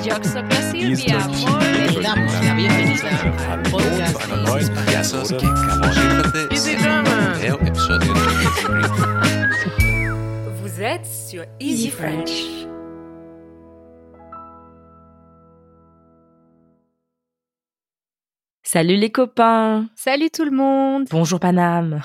Dioxoca Silvia, amor. Damos la bienvenida al podcast Γεια σας και καλώς ήρθατε Easy σε Drama. ένα νέο επεισόδιο του Easy Greek. Vous êtes sur Easy French. Salut les copains. Salut tout le monde. Bonjour Paname.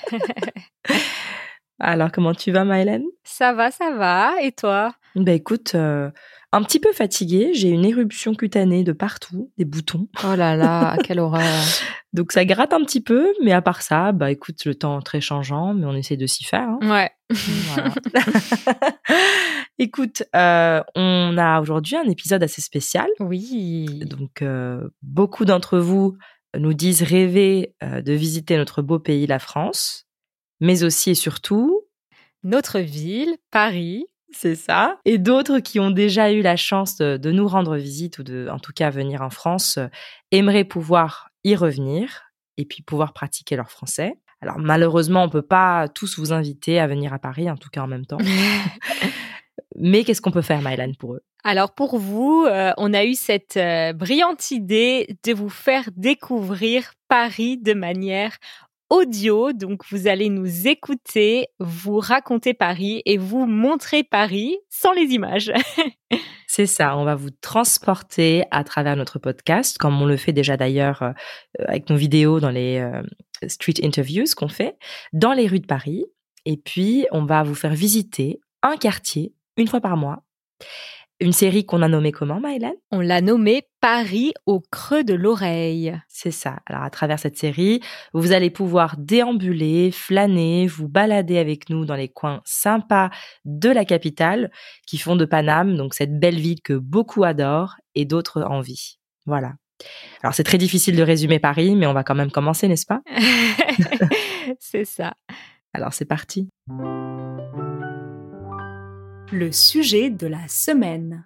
Alors, comment tu vas, Maëlène? Ça va. Et toi? Écoute, un petit peu fatiguée. J'ai une éruption cutanée de partout, des boutons. Oh là là, quelle horreur. Donc, ça gratte un petit peu. Mais à part ça, écoute, le temps est très changeant, mais on essaie de s'y faire. Hein. Ouais. Voilà. Écoute, on a aujourd'hui un épisode assez spécial. Oui. Donc, beaucoup d'entre vous nous disent rêver de visiter notre beau pays, la France. Mais aussi et surtout, Notre ville, Paris. c'est ça. Et d'autres qui ont déjà eu la chance de nous rendre visite ou en tout cas venir en France, aimeraient pouvoir y revenir et puis pouvoir pratiquer leur français. Alors malheureusement, on peut pas tous vous inviter à venir à Paris, en tout cas en même temps. Mais qu'est-ce qu'on peut faire, Maëlène, pour eux? Alors pour vous, on a eu cette brillante idée de vous faire découvrir Paris de manière audio. Donc vous allez nous écouter, vous raconter Paris et vous montrer Paris sans les images. C'est ça, on va vous transporter à travers notre podcast, comme on le fait déjà d'ailleurs avec nos vidéos dans les street interviews qu'on fait, dans les rues de Paris. Et puis, on va vous faire visiter un quartier une fois par mois. Une série qu'on a nommée comment, Maëlène? On l'a nommé Paris au creux de l'oreille. C'est ça. Alors, à travers cette série, vous allez pouvoir déambuler, flâner, vous balader avec nous dans les coins sympas de la capitale qui font de Paname, donc cette belle ville que beaucoup adorent et d'autres envient. Voilà. Alors, c'est très difficile de résumer Paris, mais on va quand même commencer, n'est-ce pas? C'est ça. Alors, c'est parti. Le sujet de la semaine.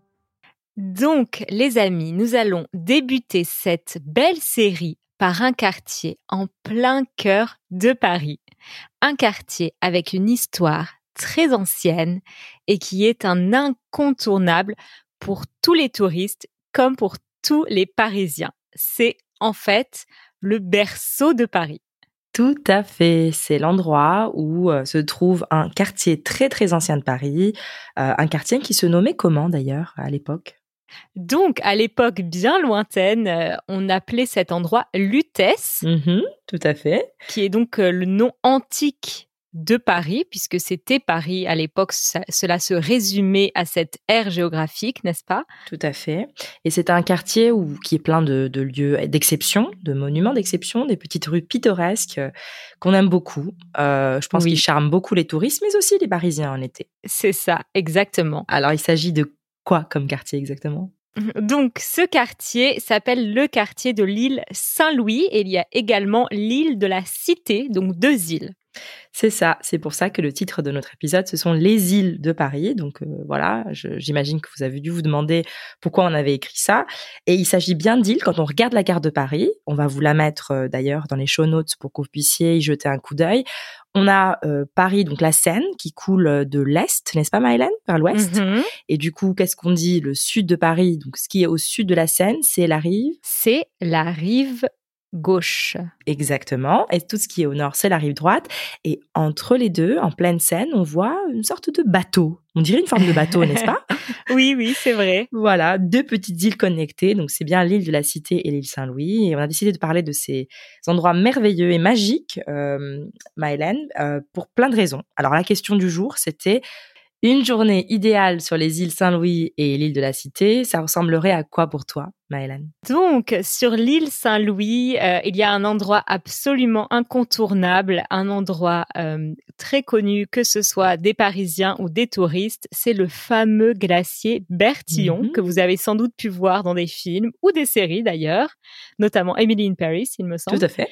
Donc, les amis, nous allons débuter cette belle série par un quartier en plein cœur de Paris. Un quartier avec une histoire très ancienne et qui est un incontournable pour tous les touristes comme pour tous les Parisiens. C'est en fait le berceau de Paris. Tout à fait, c'est l'endroit où se trouve un quartier très très ancien de Paris, un quartier qui se nommait comment d'ailleurs à l'époque? Donc, à l'époque bien lointaine, on appelait cet endroit Lutèce, Tout à fait. qui est donc le nom antique de Paris, puisque c'était Paris à l'époque, cela se résumait à cette aire géographique, n'est-ce pas? Tout à fait. Et c'est un quartier qui est plein de lieux d'exception, de monuments d'exception, des petites rues pittoresques qu'on aime beaucoup. Je pense Oui. qu'ils charment beaucoup les touristes, mais aussi les Parisiens en été. C'est ça, exactement. Alors, il s'agit de quoi comme quartier exactement? Donc, ce quartier s'appelle le quartier de l'île Saint-Louis et il y a également l'île de la Cité, donc 2 îles. C'est ça, c'est pour ça que le titre de notre épisode, ce sont les îles de Paris. Donc voilà, j'imagine que vous avez dû vous demander pourquoi on avait écrit ça. Et il s'agit bien d'îles. Quand on regarde la carte de Paris, on va vous la mettre d'ailleurs dans les show notes pour que vous puissiez y jeter un coup d'œil. On a Paris, donc la Seine, qui coule de l'est, n'est-ce pas Maëlène, vers l'ouest. Mhm. Et du coup, qu'est-ce qu'on dit? Le sud de Paris, donc ce qui est au sud de la Seine, c'est la rive. C'est la rive gauche. Exactement. Et tout ce qui est au nord, c'est la rive droite. Et entre les deux, en pleine Seine, on voit une sorte de bateau. On dirait une forme de bateau, n'est-ce pas? Oui, c'est vrai. Voilà, 2 petites îles connectées. Donc, c'est bien l'île de la Cité et l'île Saint-Louis. Et on a décidé de parler de ces endroits merveilleux et magiques, Maëlène, pour plein de raisons. Alors, la question du jour, c'était une journée idéale sur les îles Saint-Louis et l'île de la Cité. Ça ressemblerait à quoi pour toi, Maëlène? Donc, sur l'île Saint-Louis, il y a un endroit absolument incontournable, un endroit très connu, que ce soit des Parisiens ou des touristes. C'est le fameux glacier Bertillon, que vous avez sans doute pu voir dans des films ou des séries d'ailleurs, notamment Emily in Paris, il me semble. Tout à fait.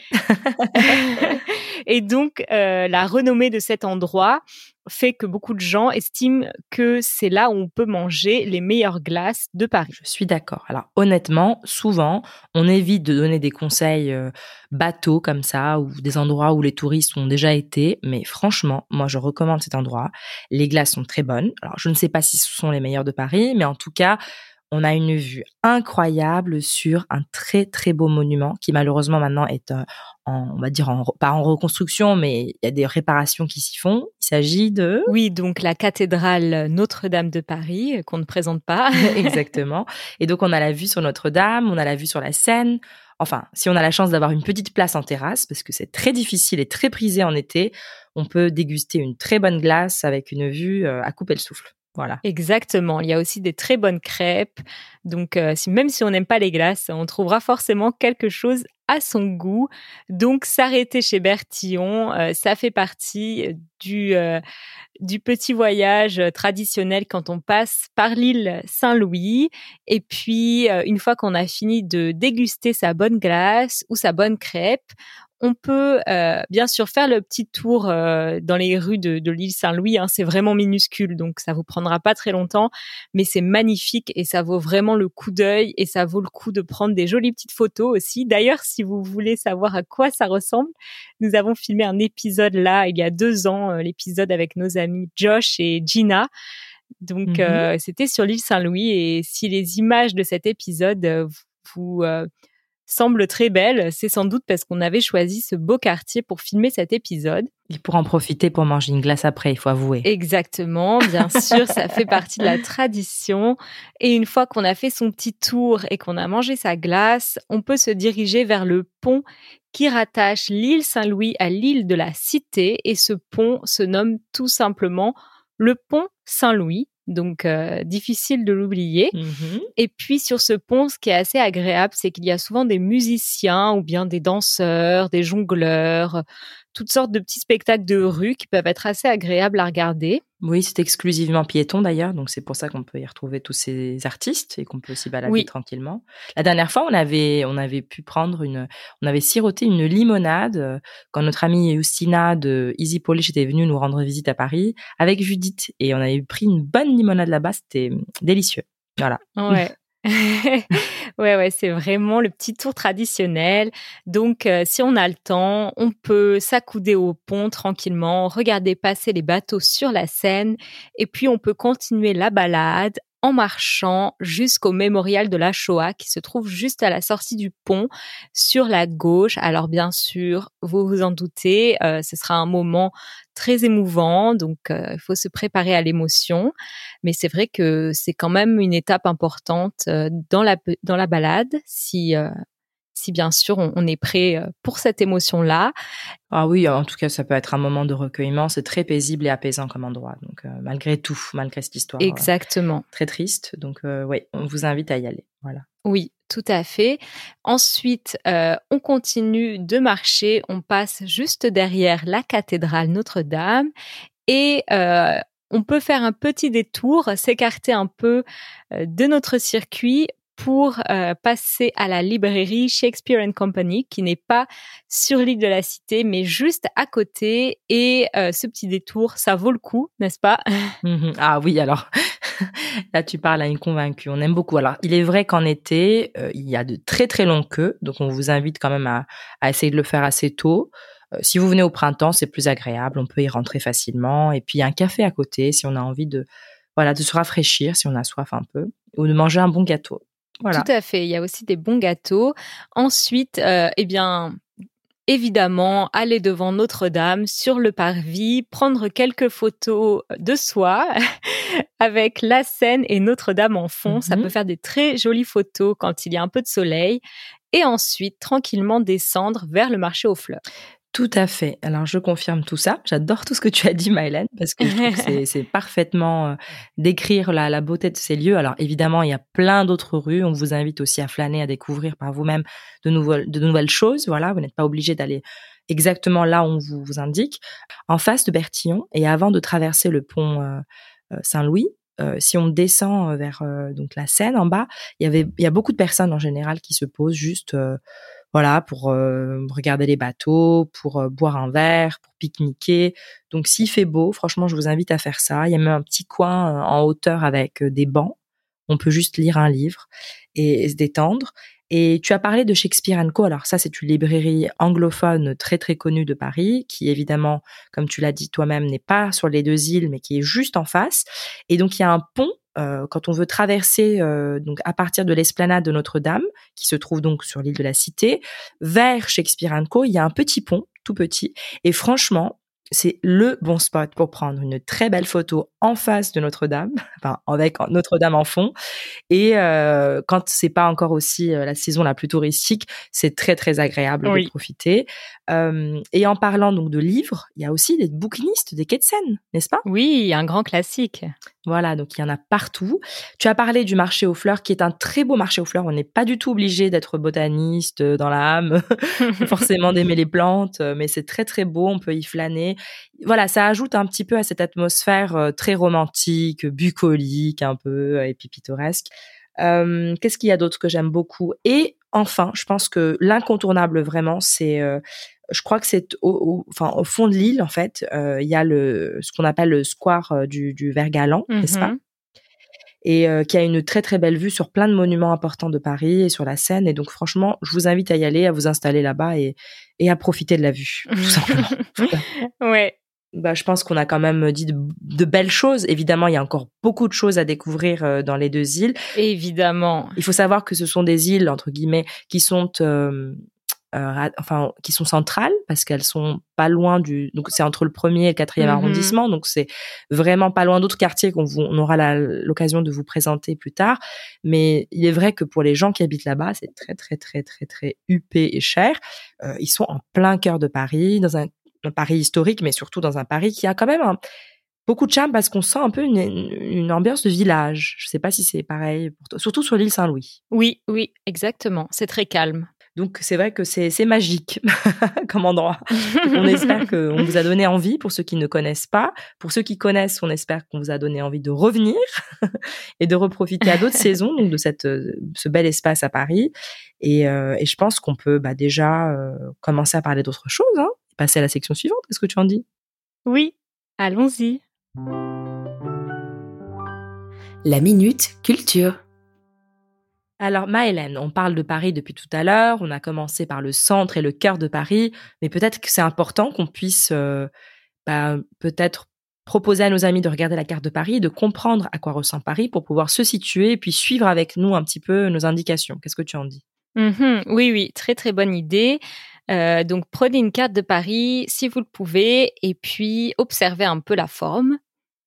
Et donc, la renommée de cet endroit fait que beaucoup de gens estiment que c'est là où on peut manger les meilleures glaces de Paris. Je suis d'accord. Alors honnêtement, souvent, on évite de donner des conseils bateaux comme ça ou des endroits où les touristes ont déjà été. Mais franchement, moi, je recommande cet endroit. Les glaces sont très bonnes. Alors, je ne sais pas si ce sont les meilleures de Paris, mais en tout cas, on a une vue incroyable sur un très très beau monument qui malheureusement maintenant est on va dire pas en reconstruction, mais il y a des réparations qui s'y font. Il s'agit de... Oui, donc la cathédrale Notre-Dame de Paris, qu'on ne présente pas. Exactement. Et donc on a la vue sur Notre-Dame, on a la vue sur la Seine. Enfin, si on a la chance d'avoir une petite place en terrasse, parce que c'est très difficile et très prisé en été, on peut déguster une très bonne glace avec une vue à couper le souffle. Voilà. Exactement. Il y a aussi des très bonnes crêpes. Donc, même si on n'aime pas les glaces, on trouvera forcément quelque chose à son goût. Donc, s'arrêter chez Bertillon, ça fait partie du petit voyage traditionnel quand on passe par l'île Saint-Louis. Et puis, une fois qu'on a fini de déguster sa bonne glace ou sa bonne crêpe, on peut bien sûr faire le petit tour dans les rues de l'île Saint-Louis. Hein. C'est vraiment minuscule, donc ça vous prendra pas très longtemps, mais c'est magnifique et ça vaut vraiment le coup d'œil et ça vaut le coup de prendre des jolies petites photos aussi. D'ailleurs, si vous voulez savoir à quoi ça ressemble, nous avons filmé un épisode là il y a 2 ans, l'épisode avec nos amis Josh et Gina. Donc c'était sur l'île Saint-Louis et si les images de cet épisode vous semble très belle, c'est sans doute parce qu'on avait choisi ce beau quartier pour filmer cet épisode. Et pour en profiter pour manger une glace après, il faut avouer. Exactement, bien sûr, ça fait partie de la tradition. Et une fois qu'on a fait son petit tour et qu'on a mangé sa glace, on peut se diriger vers le pont qui rattache l'île Saint-Louis à l'île de la Cité. Et ce pont se nomme tout simplement le pont Saint-Louis. Donc, difficile de l'oublier. Et puis, sur ce pont, ce qui est assez agréable, c'est qu'il y a souvent des musiciens ou bien des danseurs, des jongleurs, toutes sortes de petits spectacles de rue qui peuvent être assez agréables à regarder. Oui, c'est exclusivement piéton d'ailleurs, donc c'est pour ça qu'on peut y retrouver tous ces artistes et qu'on peut s'y balader tranquillement. La dernière fois, on avait pu prendre on avait siroté une limonade quand notre amie Justina de Easy Polish était venue nous rendre visite à Paris avec Judith et on avait pris une bonne limonade là-bas, c'était délicieux. Voilà. Ouais. Ouais, c'est vraiment le petit tour traditionnel. Donc, si on a le temps, on peut s'accouder au pont tranquillement, regarder passer les bateaux sur la Seine, et puis on peut continuer la balade en marchant jusqu'au mémorial de la Shoah qui se trouve juste à la sortie du pont sur la gauche. Alors bien sûr, vous vous en doutez, ce sera un moment très émouvant, donc il faut se préparer à l'émotion. Mais c'est vrai que c'est quand même une étape importante dans la balade, si bien sûr on est prêt pour cette émotion-là. Ah oui, en tout cas, ça peut être un moment de recueillement. C'est très paisible et apaisant comme endroit. Donc, malgré tout, malgré cette histoire Exactement. Très triste. Donc, oui, on vous invite à y aller. Voilà. Oui, tout à fait. Ensuite, on continue de marcher. On passe juste derrière la cathédrale Notre-Dame et on peut faire un petit détour, s'écarter un peu de notre circuit pour passer à la librairie Shakespeare & Company, qui n'est pas sur l'île de la Cité, mais juste à côté. Et ce petit détour, ça vaut le coup, n'est-ce pas ? Ah oui, alors là, tu parles à une convaincue. On aime beaucoup. Alors, il est vrai qu'en été, il y a de très, très longues queues. Donc, on vous invite quand même à essayer de le faire assez tôt. Si vous venez au printemps, c'est plus agréable. On peut y rentrer facilement. Et puis, il y a un café à côté si on a envie de se rafraîchir, si on a soif un peu, ou de manger un bon gâteau. Voilà. Tout à fait. Il y a aussi des bons gâteaux. Ensuite, évidemment, aller devant Notre-Dame sur le parvis, prendre quelques photos de soi avec la Seine et Notre-Dame en fond. Ça peut faire des très jolies photos quand il y a un peu de soleil. Et ensuite, tranquillement descendre vers le marché aux fleurs. Tout à fait. Alors, je confirme tout ça. J'adore tout ce que tu as dit, Mylène, parce que je trouve que c'est parfaitement décrire la beauté de ces lieux. Alors, évidemment, il y a plein d'autres rues. On vous invite aussi à flâner, à découvrir par vous-même de nouvelles choses. Voilà, vous n'êtes pas obligé d'aller exactement là où on vous indique. En face de Bertillon, et avant de traverser le pont Saint-Louis, si on descend vers donc la Seine en bas, il y a beaucoup de personnes en général qui se posent juste pour regarder les bateaux, pour boire un verre, pour pique-niquer. Donc s'il fait beau, franchement, je vous invite à faire ça. Il y a même un petit coin en hauteur avec des bancs. On peut juste lire un livre et se détendre. Et tu as parlé de Shakespeare & Co. Alors ça, c'est une librairie anglophone très très connue de Paris, qui évidemment, comme tu l'as dit toi-même, n'est pas sur les 2 îles, mais qui est juste en face. Et donc il y a un pont quand on veut traverser donc à partir de l'esplanade de Notre-Dame, qui se trouve donc sur l'île de la Cité, vers Shakespeare & Co, il y a un petit pont, tout petit, et franchement, c'est le bon spot pour prendre une très belle photo en face de Notre-Dame, enfin avec Notre-Dame en fond. Et quand c'est pas encore aussi la saison la plus touristique, c'est très très agréable de profiter. Et en parlant donc de livres, il y a aussi des bouquinistes des quais de Seine, n'est-ce pas ? Oui, un grand classique. Voilà, donc il y en a partout. Tu as parlé du marché aux fleurs, qui est un très beau marché aux fleurs. On n'est pas du tout obligé d'être botaniste dans l'âme, forcément d'aimer les plantes, mais c'est très très beau, on peut y flâner. Voilà, ça ajoute un petit peu à cette atmosphère très romantique, bucolique un peu, et puis pittoresque. Qu'est-ce qu'il y a d'autre que j'aime beaucoup ? Et enfin, je pense que l'incontournable vraiment, c'est... je crois que c'est au fond de l'île, en fait, il y a ce qu'on appelle le square du Vert-Galant, n'est-ce pas ? Et qui a une très très belle vue sur plein de monuments importants de Paris et sur la Seine. Et donc franchement, je vous invite à y aller, à vous installer là-bas et à profiter de la vue, tout simplement. Ouais. Bah, je pense qu'on a quand même dit de belles choses. Évidemment, il y a encore beaucoup de choses à découvrir dans les 2 îles. Évidemment. Il faut savoir que ce sont des îles, entre guillemets, qui sont... qui sont centrales parce qu'elles sont pas loin donc c'est entre le 1er et le 4e arrondissement, donc c'est vraiment pas loin d'autres quartiers on aura l'occasion de vous présenter plus tard. Mais il est vrai que pour les gens qui habitent là-bas, c'est très très très très très huppé et cher. Ils sont en plein cœur de Paris, dans un Paris historique, mais surtout dans un Paris qui a quand même beaucoup de charme parce qu'on sent un peu une ambiance de village. Je sais pas si c'est pareil pour toi, surtout sur l'île Saint-Louis. Oui, exactement. C'est très calme. Donc, c'est vrai que c'est magique comme endroit. On espère qu'on vous a donné envie, pour ceux qui ne connaissent pas. Pour ceux qui connaissent, on espère qu'on vous a donné envie de revenir et de reprofiter à d'autres saisons donc de ce bel espace à Paris. Et je pense qu'on peut déjà commencer à parler d'autre chose, hein, passer à la section suivante. Qu'est-ce que tu en dis ? Oui, allons-y. La Minute Culture. Alors, Maëlène, on parle de Paris depuis tout à l'heure, on a commencé par le centre et le cœur de Paris, mais peut-être que c'est important qu'on puisse peut-être proposer à nos amis de regarder la carte de Paris et de comprendre à quoi ressemble Paris pour pouvoir se situer et puis suivre avec nous un petit peu nos indications. Qu'est-ce que tu en dis ? Oui, très très bonne idée. Donc, prenez une carte de Paris si vous le pouvez et puis observez un peu la forme.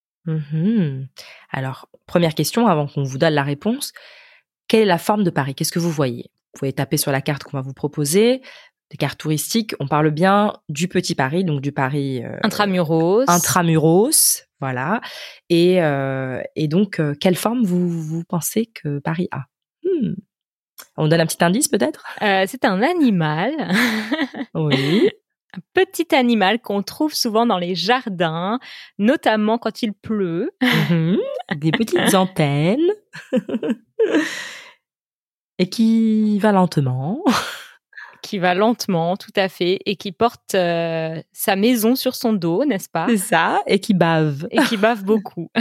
Alors, première question avant qu'on vous donne la réponse. Quelle est la forme de Paris ? Qu'est-ce que vous voyez ? Vous pouvez taper sur la carte qu'on va vous proposer. Des cartes touristiques, on parle bien du petit Paris, donc du Paris... Intramuros. Intramuros, voilà. Et donc, quelle forme vous pensez que Paris a ? On donne un petit indice peut-être ? C'est un animal. Oui. Un petit animal qu'on trouve souvent dans les jardins, notamment quand il pleut. Des petites antennes. Et qui va lentement. Qui va lentement, tout à fait, et qui porte sa maison sur son dos, n'est-ce pas ? C'est ça, et qui bave. Et qui bave beaucoup.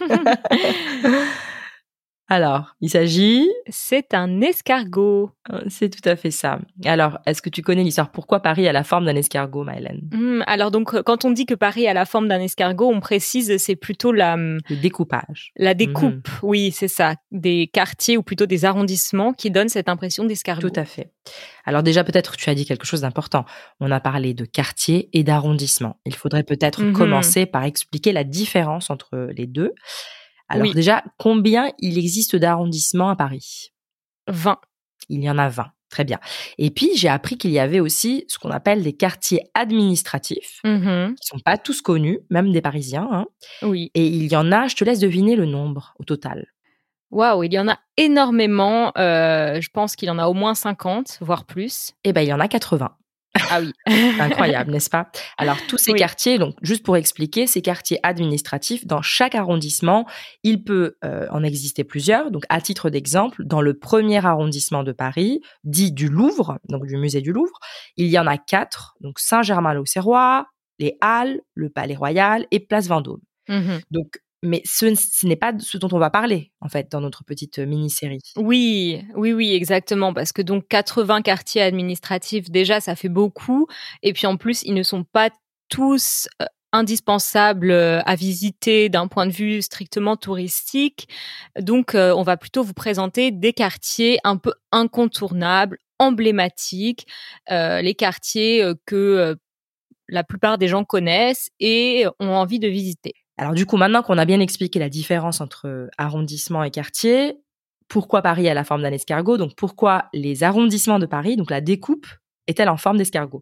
Alors, il s'agit... C'est un escargot. C'est tout à fait ça. Alors, est-ce que tu connais l'histoire ? Pourquoi Paris a la forme d'un escargot, Maëlène ? Alors donc, quand on dit que Paris a la forme d'un escargot, on précise, c'est plutôt le découpage. La découpe, oui, c'est ça. Des quartiers ou plutôt des arrondissements qui donnent cette impression d'escargot. Tout à fait. Alors déjà, peut-être tu as dit quelque chose d'important. On a parlé de quartier et d'arrondissement. Il faudrait peut-être commencer par expliquer la différence entre les deux. Alors déjà, combien il existe d'arrondissements à Paris ? 20. Il y en a 20. Très bien. Et puis, j'ai appris qu'il y avait aussi ce qu'on appelle des quartiers administratifs, qui sont pas tous connus, même des Parisiens. Hein. Oui. Et il y en a, je te laisse deviner le nombre au total. Waouh, il y en a énormément. Je pense qu'il y en a au moins 50, voire plus. Eh ben, il y en a 80. Ah oui. Incroyable, n'est-ce pas ? Alors, tous ces quartiers, donc juste pour expliquer, ces quartiers administratifs, dans chaque arrondissement, il peut en exister plusieurs. Donc, à titre d'exemple, dans le 1er arrondissement de Paris, dit du Louvre, donc du musée du Louvre, il y en a 4, donc Saint-Germain-l'Auxerrois, les Halles, le Palais Royal et Place Vendôme. Donc, mais ce n'est pas ce dont on va parler, en fait, dans notre petite mini-série. Oui, exactement. Parce que donc 80 quartiers administratifs, déjà, ça fait beaucoup. Et puis en plus, ils ne sont pas tous indispensables à visiter d'un point de vue strictement touristique. Donc, on va plutôt vous présenter des quartiers un peu incontournables, emblématiques, les quartiers que la plupart des gens connaissent et ont envie de visiter. Alors du coup, maintenant qu'on a bien expliqué la différence entre arrondissement et quartier, pourquoi Paris a la forme d'un escargot, donc pourquoi les arrondissements de Paris, donc la découpe, est-elle en forme d'escargot?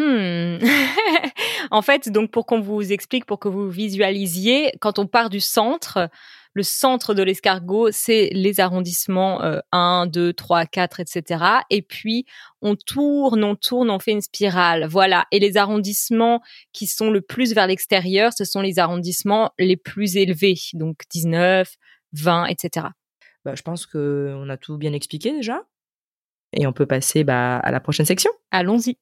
En fait, donc pour qu'on vous explique, pour que vous visualisiez, quand on part du centre, le centre de l'escargot, c'est les arrondissements 1, 2, 3, 4, etc. Et puis, on tourne, on fait une spirale. Voilà. Et les arrondissements qui sont le plus vers l'extérieur, ce sont les arrondissements les plus élevés. Donc, 19, 20, etc. Je pense qu'on a tout bien expliqué déjà. Et on peut passer à la prochaine section. Allons-y.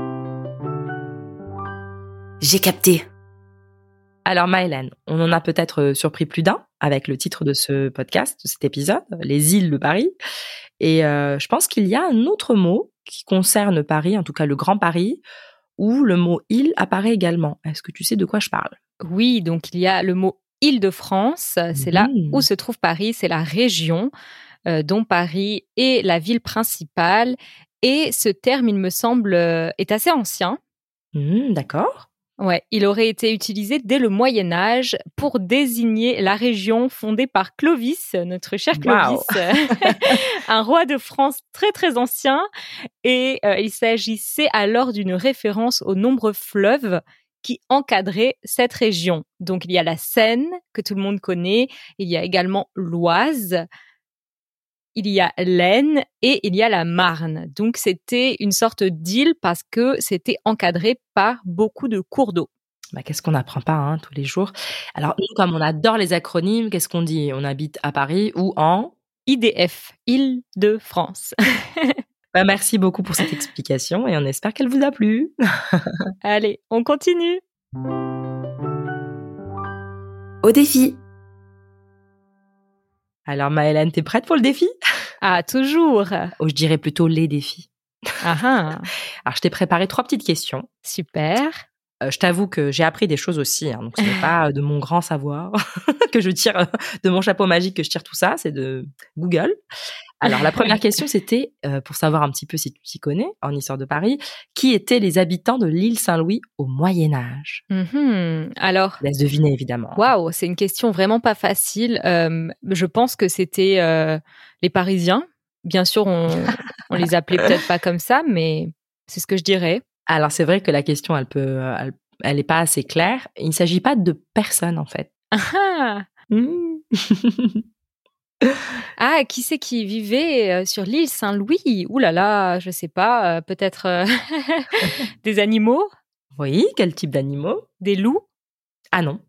J'ai capté. Alors Maëlène, on en a peut-être surpris plus d'un avec le titre de ce podcast, de cet épisode, les îles de Paris. Et je pense qu'il y a un autre mot qui concerne Paris, en tout cas le Grand Paris, où le mot île apparaît également. Est-ce que tu sais de quoi je parle? Oui, donc il y a le mot Île-de-France, c'est là où se trouve Paris, c'est la région dont Paris est la ville principale. Et ce terme, il me semble, est assez ancien. D'accord. Ouais, il aurait été utilisé dès le Moyen-Âge pour désigner la région fondée par Clovis, notre cher Clovis, un roi de France très très ancien. Et il s'agissait alors d'une référence aux nombreux fleuves qui encadraient cette région. Donc il y a la Seine, que tout le monde connaît, il y a également l'Oise, il y a l'Aisne et il y a la Marne. Donc, c'était une sorte d'île parce que c'était encadré par beaucoup de cours d'eau. Qu'est-ce qu'on n'apprend pas tous les jours. Alors, nous, comme on adore les acronymes, qu'est-ce qu'on dit? On habite à Paris ou en IDF, Île-de-France. Merci beaucoup pour cette explication et on espère qu'elle vous a plu. Allez, on continue. Au défi. Alors Maëlène, t'es prête pour le défi? Ah, toujours. Je dirais plutôt les défis. Ah. Alors, je t'ai préparé 3 petites questions. Super. Je t'avoue que j'ai appris des choses aussi, donc ce n'est pas de mon grand savoir que je tire, de mon chapeau magique que je tire tout ça, c'est de Google. Alors, la première question, c'était, pour savoir un petit peu si tu t'y connais, en histoire de Paris, qui étaient les habitants de l'île Saint-Louis au Moyen-Âge? Alors, laisse deviner, évidemment. Waouh, c'est une question vraiment pas facile. Je pense que c'était les Parisiens. Bien sûr, on les appelait peut-être pas comme ça, mais c'est ce que je dirais. Alors, c'est vrai que la question, elle est pas assez claire. Il ne s'agit pas de personnes, en fait. Ah, qui c'est qui vivait sur l'île Saint-Louis? Ouh là là, je sais pas, peut-être des animaux? Oui, quel type d'animaux? Des loups? Ah non.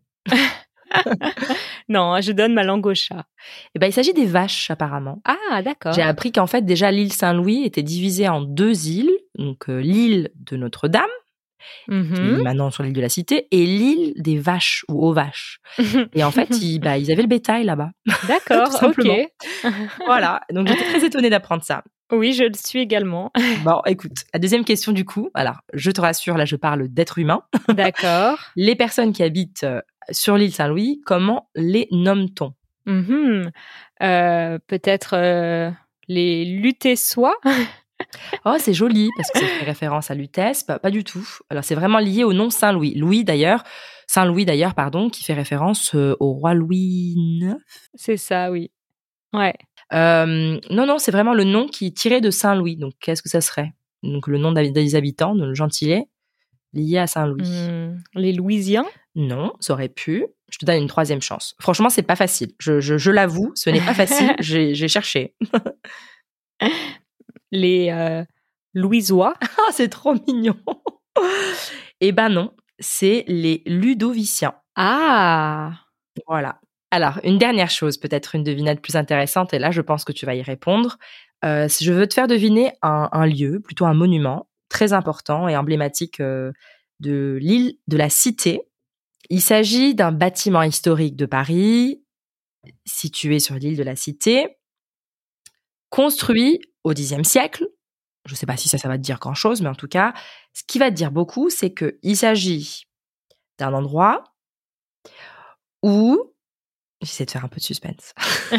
Non, je donne ma langue au chat. Il s'agit des vaches, apparemment. Ah, d'accord. J'ai appris qu'en fait, déjà, l'île Saint-Louis était divisée en 2 îles. Donc, l'île de Notre-Dame, qui est maintenant sur l'île de la Cité, et l'île des vaches ou aux vaches. Et en fait, ils avaient le bétail là-bas. D'accord, tout simplement. Ok. Voilà, donc j'étais très étonnée d'apprendre ça. Oui, je le suis également. Bon, écoute, la deuxième question du coup. Alors, je te rassure, là, je parle d'êtres humains. D'accord. Les personnes qui habitent sur l'île Saint-Louis, comment les nomme-t-on? Peut-être les Lutessois. Oh, c'est joli, parce que ça fait référence à Lutèce. Pas du tout. Alors, c'est vraiment lié au nom Saint-Louis. Saint-Louis d'ailleurs, qui fait référence au roi Louis IX. C'est ça, oui. Ouais. Non, c'est vraiment le nom qui est tiré de Saint-Louis. Donc, qu'est-ce que ça serait? Donc, le nom des habitants, de Gentillet, lié à Saint-Louis. Les Louisiens? Non, ça aurait pu. Je te donne une 3e chance. Franchement, c'est pas facile. Je l'avoue, ce n'est pas facile. J'ai cherché. Les Louisois? Ah, c'est trop mignon. Non, c'est les Ludoviciens. Ah! Voilà. Alors, une dernière chose, peut-être une devinette plus intéressante, et là, je pense que tu vas y répondre. Si je veux te faire deviner un lieu, plutôt un monument, très important et emblématique de l'île de la Cité. Il s'agit d'un bâtiment historique de Paris, situé sur l'île de la Cité, construit au Xe siècle. Je ne sais pas si ça va te dire grand-chose, mais en tout cas, ce qui va te dire beaucoup, c'est qu'il s'agit d'un endroit où, j'essaie de faire un peu de suspense,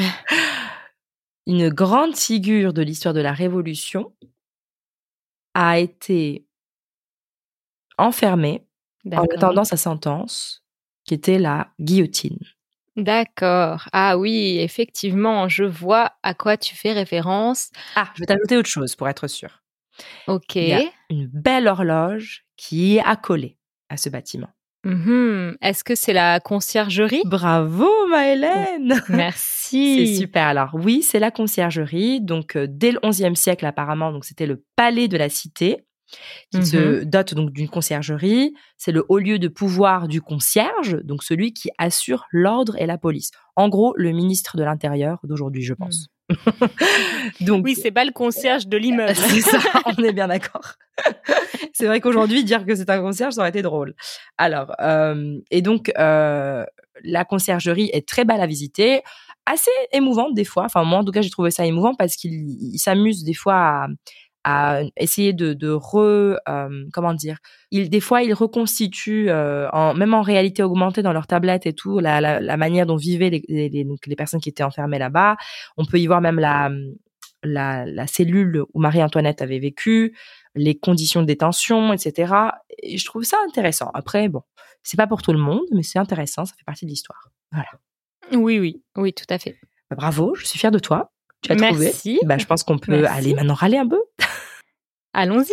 une grande figure de l'histoire de la Révolution a été enfermée en D'accord. attendant sa sentence, qui était la guillotine. D'accord. Ah oui, effectivement, je vois à quoi tu fais référence. Ah, je vais t'ajouter autre chose pour être sûre. Ok. Il y a une belle horloge qui est accolée à ce bâtiment. Est-ce que c'est la conciergerie? Bravo, Maëlène! C'est Merci. super. Alors oui, c'est la conciergerie. Donc dès le XIe siècle apparemment, donc c'était le palais de la cité qui se dote donc d'une conciergerie. C'est le haut lieu de pouvoir du concierge, donc celui qui assure l'ordre et la police. En gros, le ministre de l'Intérieur d'aujourd'hui, je pense. Donc Oui, c'est pas le concierge de l'immeuble. c'est ça, on est bien d'accord. C'est vrai qu'aujourd'hui, dire que c'est un concierge, ça aurait été drôle. Alors, et donc, la conciergerie est très belle à visiter, assez émouvante des fois. Enfin, moi, en tout cas, j'ai trouvé ça émouvant parce qu'il s'amuse des fois à essayer comment dire, des fois, ils reconstituent, même en réalité augmentée dans leurs tablettes et tout, la manière dont vivaient donc les personnes qui étaient enfermées là-bas. On peut y voir même la cellule où Marie-Antoinette avait vécu, les conditions de détention, etc. Et je trouve ça intéressant. Après, bon, c'est pas pour tout le monde, mais c'est intéressant, ça fait partie de l'histoire. Voilà. Oui, tout à fait. Bravo, je suis fière de toi. Tu as trouvé. Merci. Je pense qu'on peut aller maintenant râler un peu. Allons-y.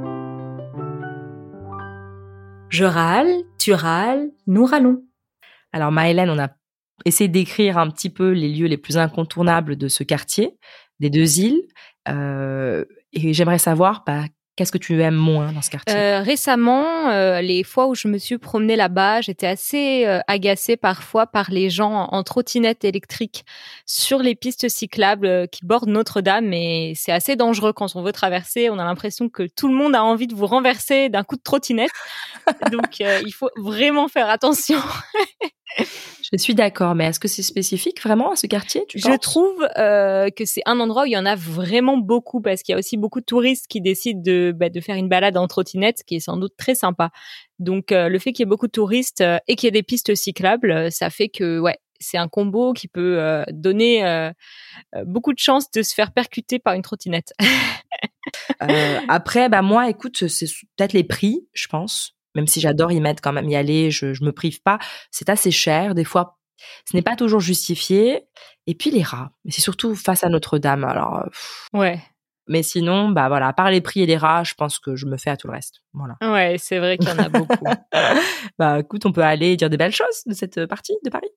Je râle, tu râles, nous râlons. Alors, Maëlène, on a essayé d'écrire un petit peu les lieux les plus incontournables de ce quartier, des 2 îles. Et j'aimerais savoir, qu'est-ce que tu aimes moins dans ce quartier? Récemment, les fois où je me suis promenée là-bas, j'étais assez agacée parfois par les gens en trottinette électrique sur les pistes cyclables qui bordent Notre-Dame, et c'est assez dangereux quand on veut traverser. On a l'impression que tout le monde a envie de vous renverser d'un coup de trottinette. Donc, il faut vraiment faire attention. Je suis d'accord, mais est-ce que c'est spécifique vraiment à ce quartier, tu penses? Je trouve que c'est un endroit où il y en a vraiment beaucoup, parce qu'il y a aussi beaucoup de touristes qui décident de faire une balade en trottinette, ce qui est sans doute très sympa. Donc le fait qu'il y ait beaucoup de touristes et qu'il y ait des pistes cyclables, ça fait que c'est un combo qui peut donner beaucoup de chances de se faire percuter par une trottinette. Après, moi, écoute, c'est peut-être les prix, je pense. Même si j'adore y mettre quand même, y aller, je me prive pas. C'est assez cher, des fois. Ce n'est pas toujours justifié. Et puis les rats. Mais c'est surtout face à Notre-Dame. Alors, Ouais. Mais sinon, voilà, à part les prix et les rats, je pense que je me fais à tout le reste. Voilà. Ouais, c'est vrai qu'il y en a beaucoup. Écoute, on peut aller dire des belles choses de cette partie de Paris.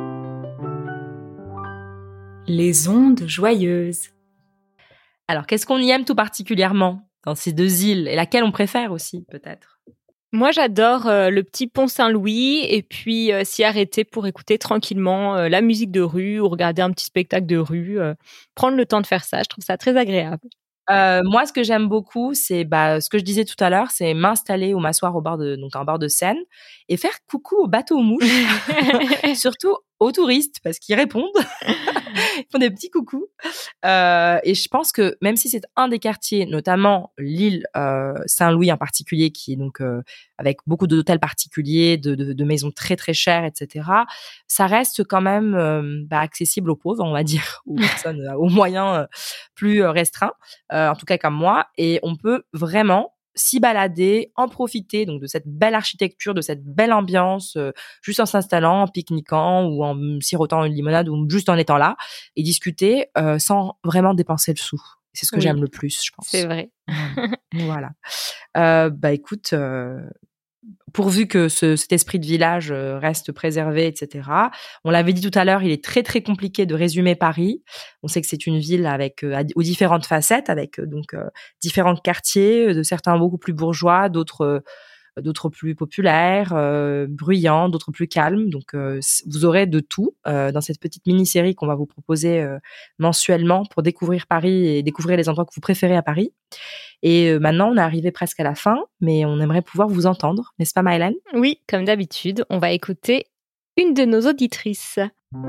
Les ondes joyeuses. Alors, qu'est-ce qu'on y aime tout particulièrement dans ces 2 îles, et laquelle on préfère aussi, peut-être? Moi, j'adore le petit pont Saint-Louis, et puis s'y arrêter pour écouter tranquillement la musique de rue ou regarder un petit spectacle de rue. Prendre le temps de faire ça, je trouve ça très agréable. Moi, ce que j'aime beaucoup, c'est ce que je disais tout à l'heure, c'est m'installer ou m'asseoir en bord de Seine et faire coucou aux bateaux aux mouches, surtout aux touristes parce qu'ils répondent, ils font des petits coucous. Et je pense que même si c'est un des quartiers, notamment l'île Saint-Louis en particulier, qui est donc avec beaucoup d'hôtels particuliers, de maisons très très chères, etc. Ça reste quand même accessible aux pauvres, on va dire, aux personnes aux moyens plus restreints. En tout cas comme moi, et on peut vraiment s'y balader, en profiter donc de cette belle architecture, de cette belle ambiance, juste en s'installant, en pique-niquant ou en sirotant une limonade ou juste en étant là et discuter sans vraiment dépenser le sou. C'est ce que j'aime le plus, je pense. C'est vrai. Voilà. Écoute, pourvu que cet esprit de village reste préservé, etc. On l'avait dit tout à l'heure, il est très très compliqué de résumer Paris. On sait que c'est une ville avec aux différentes facettes, avec différents quartiers, de certains beaucoup plus bourgeois, d'autres plus populaires, bruyants, d'autres plus calmes. Donc vous aurez de tout dans cette petite mini-série qu'on va vous proposer mensuellement pour découvrir Paris et découvrir les endroits que vous préférez à Paris. Et maintenant, on est arrivé presque à la fin, mais on aimerait pouvoir vous entendre, n'est-ce pas, Maëlène? Oui, comme d'habitude, on va écouter une de nos auditrices.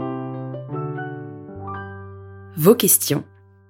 Vos questions.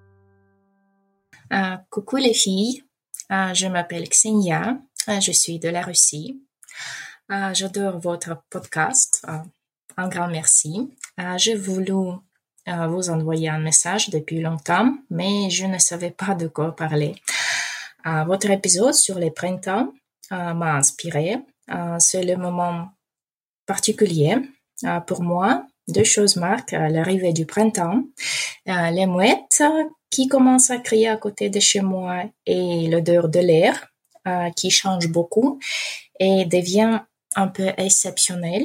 Coucou les filles, je m'appelle Ksenia, je suis de la Russie. J'adore votre podcast. Un grand merci. J'ai voulu vous envoyer un message depuis longtemps, mais je ne savais pas de quoi parler. Votre épisode sur les printemps m'a inspiré. C'est le moment particulier pour moi. Deux choses marquent l'arrivée du printemps. Les mouettes qui commencent à crier à côté de chez moi et l'odeur de l'air qui change beaucoup et devient un peu exceptionnelle.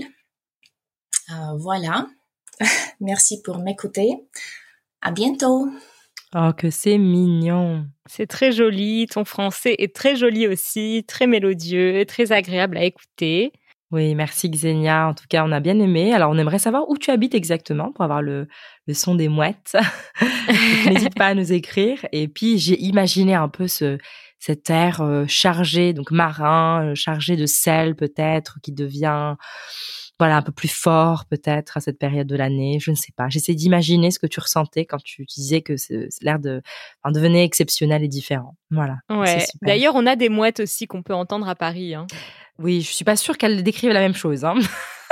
Voilà. Merci pour m'écouter. À bientôt. Oh, que c'est mignon. C'est très joli. Ton français est très joli aussi, très mélodieux, très agréable à écouter. Oui, merci Xenia. En tout cas, on a bien aimé. Alors, on aimerait savoir où tu habites exactement pour avoir le son des mouettes. Donc, n'hésite pas à nous écrire. Et puis, j'ai imaginé un peu cet air chargé, donc marin, chargé de sel peut-être, qui devient un peu plus fort peut-être à cette période de l'année. Je ne sais pas. J'essaie d'imaginer ce que tu ressentais quand tu disais que l'air devenait exceptionnel et différent. Voilà. Ouais. C'est super. D'ailleurs, on a des mouettes aussi qu'on peut entendre à Paris. Hein. Oui, je suis pas sûre qu'elle décrive la même chose. Hein.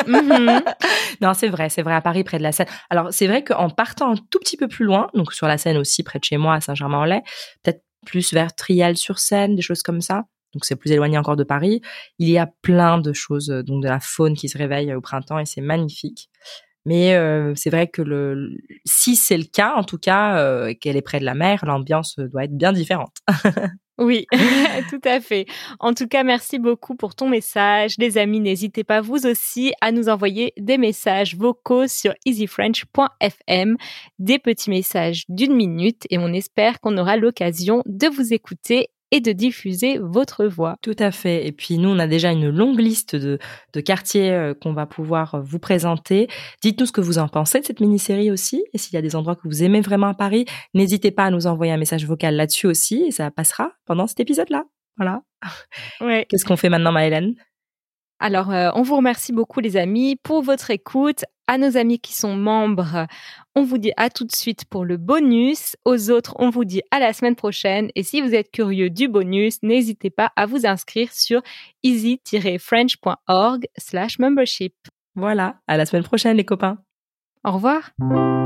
Non, c'est vrai, à Paris, près de la Seine. Alors, c'est vrai qu'en partant un tout petit peu plus loin, donc sur la Seine aussi, près de chez moi, à Saint-Germain-en-Laye, peut-être plus vers Triel-sur-Seine, des choses comme ça. Donc, c'est plus éloigné encore de Paris. Il y a plein de choses, donc de la faune qui se réveille au printemps et c'est magnifique. Mais c'est vrai que si c'est le cas, en tout cas, qu'elle est près de la mer, l'ambiance doit être bien différente. Oui, tout à fait. En tout cas, merci beaucoup pour ton message. Les amis, n'hésitez pas vous aussi à nous envoyer des messages vocaux sur easyfrench.fm, des petits messages d'1 minute et on espère qu'on aura l'occasion de vous écouter et de diffuser votre voix. Tout à fait. Et puis nous, on a déjà une longue liste de quartiers qu'on va pouvoir vous présenter. Dites-nous ce que vous en pensez de cette mini-série aussi. Et s'il y a des endroits que vous aimez vraiment à Paris, n'hésitez pas à nous envoyer un message vocal là-dessus aussi. Et ça passera pendant cet épisode-là. Voilà. Ouais. Qu'est-ce qu'on fait maintenant, Maëlène ? Alors, on vous remercie beaucoup les amis pour votre écoute. À nos amis qui sont membres, on vous dit à tout de suite pour le bonus. Aux autres, on vous dit à la semaine prochaine. Et si vous êtes curieux du bonus, n'hésitez pas à vous inscrire sur easy-french.org/membership. Voilà. À la semaine prochaine, les copains. Au revoir.